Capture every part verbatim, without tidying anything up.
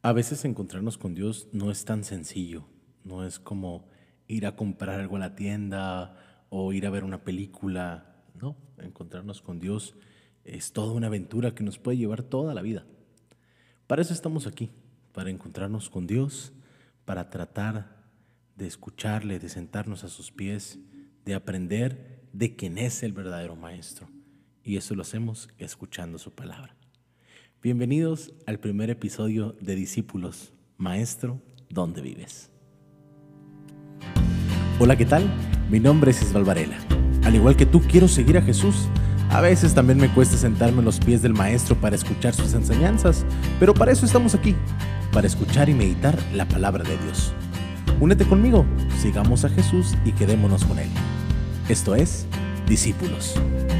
A veces encontrarnos con Dios no es tan sencillo, no es como ir a comprar algo a la tienda o ir a ver una película, no, encontrarnos con Dios es toda una aventura que nos puede llevar toda la vida. Para eso estamos aquí, para encontrarnos con Dios, para tratar de escucharle, de sentarnos a sus pies, de aprender de quién es el verdadero Maestro. Y eso lo hacemos escuchando su palabra. Bienvenidos al primer episodio de Discípulos. Maestro, ¿dónde vives? Hola, ¿qué tal? Mi nombre es Isbal Varela. Al igual que tú, quiero seguir a Jesús. A veces también me cuesta sentarme en los pies del Maestro para escuchar sus enseñanzas, pero para eso estamos aquí, para escuchar y meditar la palabra de Dios. Únete conmigo, sigamos a Jesús y quedémonos con Él. Esto es Discípulos.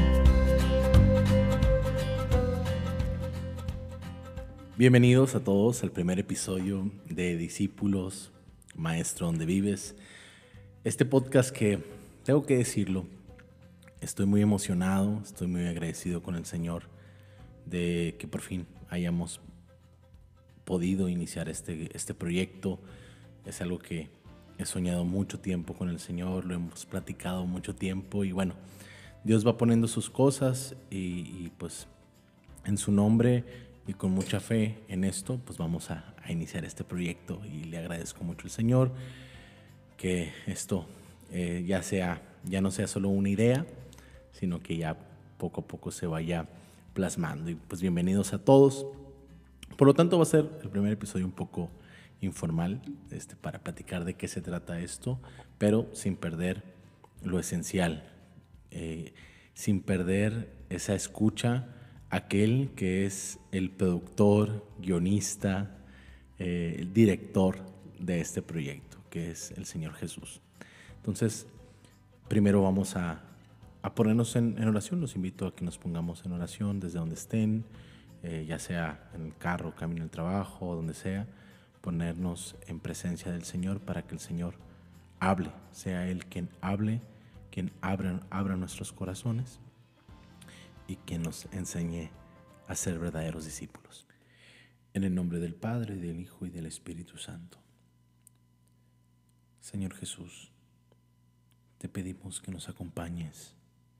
Bienvenidos a todos al primer episodio de Discípulos, Maestro, ¿dónde vives? Este podcast que, tengo que decirlo, estoy muy emocionado, estoy muy agradecido con el Señor de que por fin hayamos podido iniciar este, este proyecto. Es algo que he soñado mucho tiempo con el Señor, lo hemos platicado mucho tiempo y bueno, Dios va poniendo sus cosas y, y pues en su nombre y con mucha fe en esto, pues vamos a, a iniciar este proyecto y le agradezco mucho al Señor que esto eh, ya sea, ya no sea solo una idea, sino que ya poco a poco se vaya plasmando. Y pues bienvenidos a todos. Por lo tanto va a ser el primer episodio un poco informal, este, para platicar de qué se trata esto, pero sin perder lo esencial, eh, sin perder esa escucha, aquel que es el productor, guionista, eh, el director de este proyecto, que es el Señor Jesús. Entonces, primero vamos a, a ponernos en, en oración. Los invito a que nos pongamos en oración desde donde estén, eh, ya sea en el carro, camino al trabajo, o donde sea, ponernos en presencia del Señor para que el Señor hable, sea Él quien hable, quien abra, abra nuestros corazones y quien nos enseñe a ser verdaderos discípulos. En el nombre del Padre, del Hijo y del Espíritu Santo. Señor Jesús, te pedimos que nos acompañes,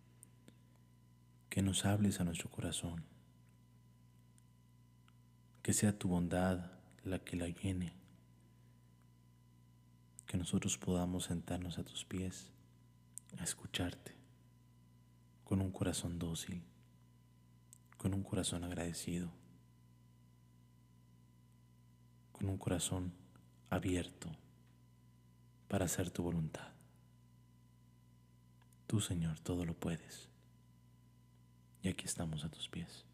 que nos hables a nuestro corazón, que sea tu bondad la que la llene, que nosotros podamos sentarnos a tus pies a escucharte con un corazón dócil, con un corazón agradecido, con un corazón abierto para hacer tu voluntad. Tú, Señor, todo lo puedes. Y aquí estamos a tus pies.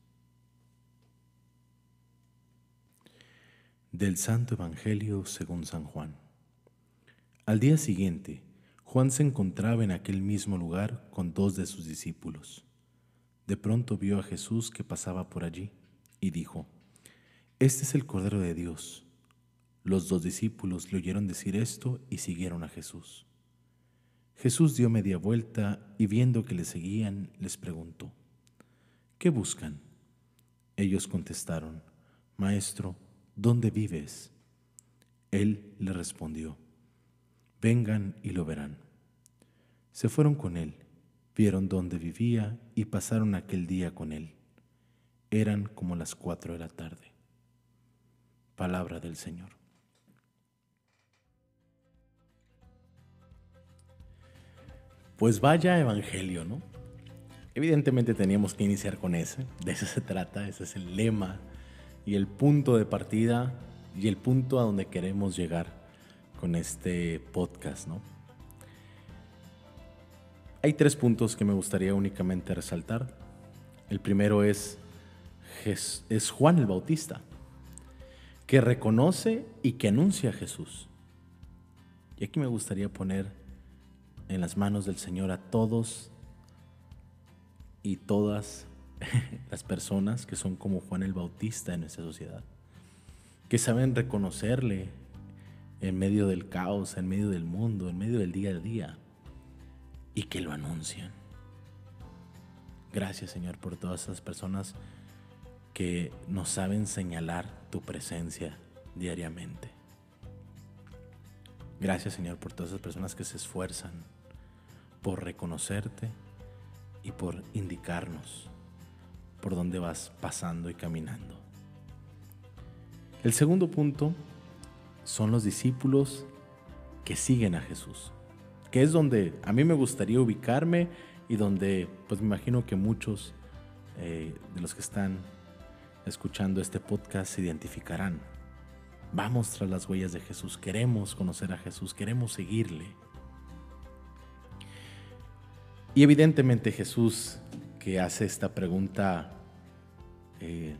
Del Santo Evangelio según San Juan. Al día siguiente, Juan se encontraba en aquel mismo lugar con dos de sus discípulos. De pronto vio a Jesús que pasaba por allí y dijo: «Este es el Cordero de Dios». Los dos discípulos le oyeron decir esto y siguieron a Jesús. Jesús dio media vuelta y viendo que le seguían, les preguntó: «¿Qué buscan?». Ellos contestaron: «Maestro, ¿dónde vives?». Él le respondió: «Vengan y lo verán». Se fueron con él, vieron dónde vivía y pasaron aquel día con él. Eran como las cuatro de la tarde. Palabra del Señor. Pues vaya evangelio, ¿no? Evidentemente teníamos que iniciar con ese, de eso se trata, ese es el lema y el punto de partida y el punto a donde queremos llegar con este podcast, ¿no? Hay tres puntos que me gustaría únicamente resaltar. El primero es, es Juan el Bautista, que reconoce y que anuncia a Jesús. Y aquí me gustaría poner en las manos del Señor a todos y todas las personas que son como Juan el Bautista en nuestra sociedad, que saben reconocerle en medio del caos, en medio del mundo, en medio del día a día, y que lo anuncian. Gracias, Señor, por todas esas personas que nos saben señalar tu presencia diariamente. Gracias, Señor, por todas esas personas que se esfuerzan por reconocerte y por indicarnos por dónde vas pasando y caminando. El segundo punto son los discípulos que siguen a Jesús, que es donde a mí me gustaría ubicarme y donde pues me imagino que muchos eh, de los que están escuchando este podcast se identificarán. Vamos tras las huellas de Jesús, queremos conocer a Jesús, queremos seguirle. Y evidentemente Jesús, que hace esta pregunta, eh,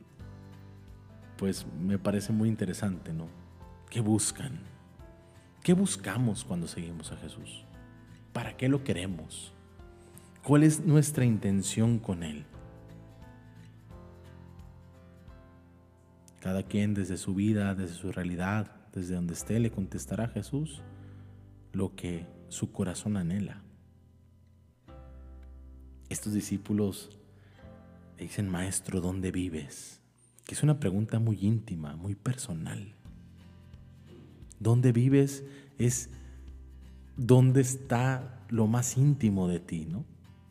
pues me parece muy interesante, ¿no? ¿Qué buscan? ¿Qué buscamos cuando seguimos a Jesús? ¿Para qué lo queremos? ¿Cuál es nuestra intención con Él? Cada quien desde su vida, desde su realidad, desde donde esté, le contestará a Jesús lo que su corazón anhela. Estos discípulos le dicen: Maestro, ¿dónde vives? Que es una pregunta muy íntima, muy personal. ¿Dónde vives? Es dónde está lo más íntimo de ti, ¿no?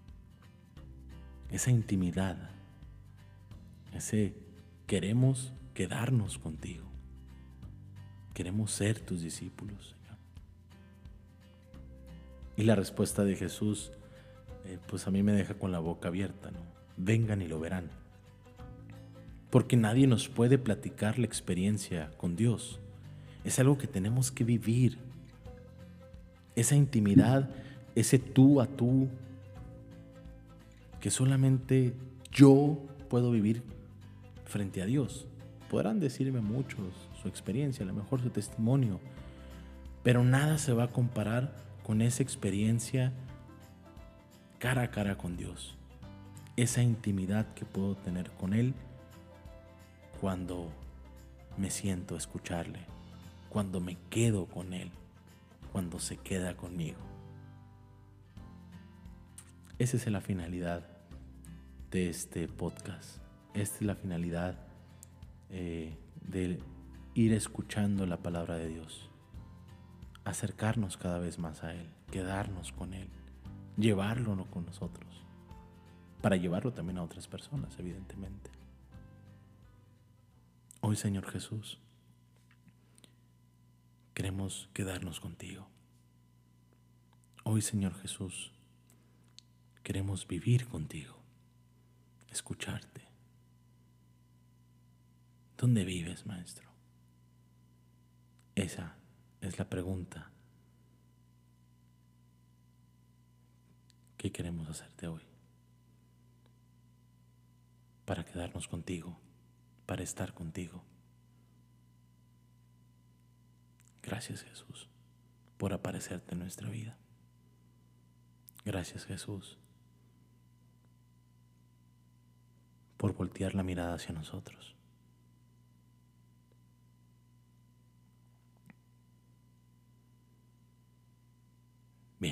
Esa intimidad, ese queremos quedarnos contigo. Queremos ser tus discípulos, Señor. Y la respuesta de Jesús, eh, pues a mí me deja con la boca abierta, ¿no? Vengan y lo verán. Porque nadie nos puede platicar la experiencia con Dios. Es algo que tenemos que vivir. Esa intimidad, ese tú a tú, que solamente yo puedo vivir frente a Dios. Podrán decirme muchos su experiencia, a lo mejor su testimonio, pero nada se va a comparar con esa experiencia cara a cara con Dios. Esa intimidad que puedo tener con Él cuando me siento a escucharle, cuando me quedo con Él, cuando se queda conmigo. Esa es la finalidad de este podcast. Esta es la finalidad eh, de ir escuchando la palabra de Dios, acercarnos cada vez más a Él, quedarnos con Él, llevarlo ¿no? con nosotros, para llevarlo también a otras personas, evidentemente. Hoy, Señor Jesús, queremos quedarnos contigo. Hoy, Señor Jesús, queremos vivir contigo, escucharte. ¿Dónde vives, Maestro? Esa es la pregunta que queremos hacerte hoy. Para quedarnos contigo, para estar contigo. Gracias, Jesús, por aparecerte en nuestra vida. Gracias, Jesús, por voltear la mirada hacia nosotros. Bien,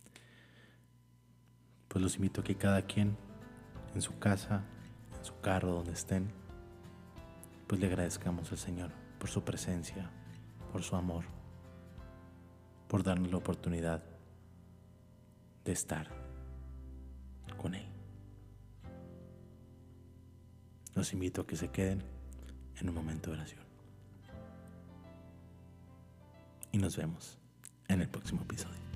pues los invito a que cada quien en su casa, en su carro, donde estén, pues le agradezcamos al Señor por su presencia, por su amor, por darnos la oportunidad de estar con Él. Los invito a que se queden en un momento de oración. Y nos vemos en el próximo episodio.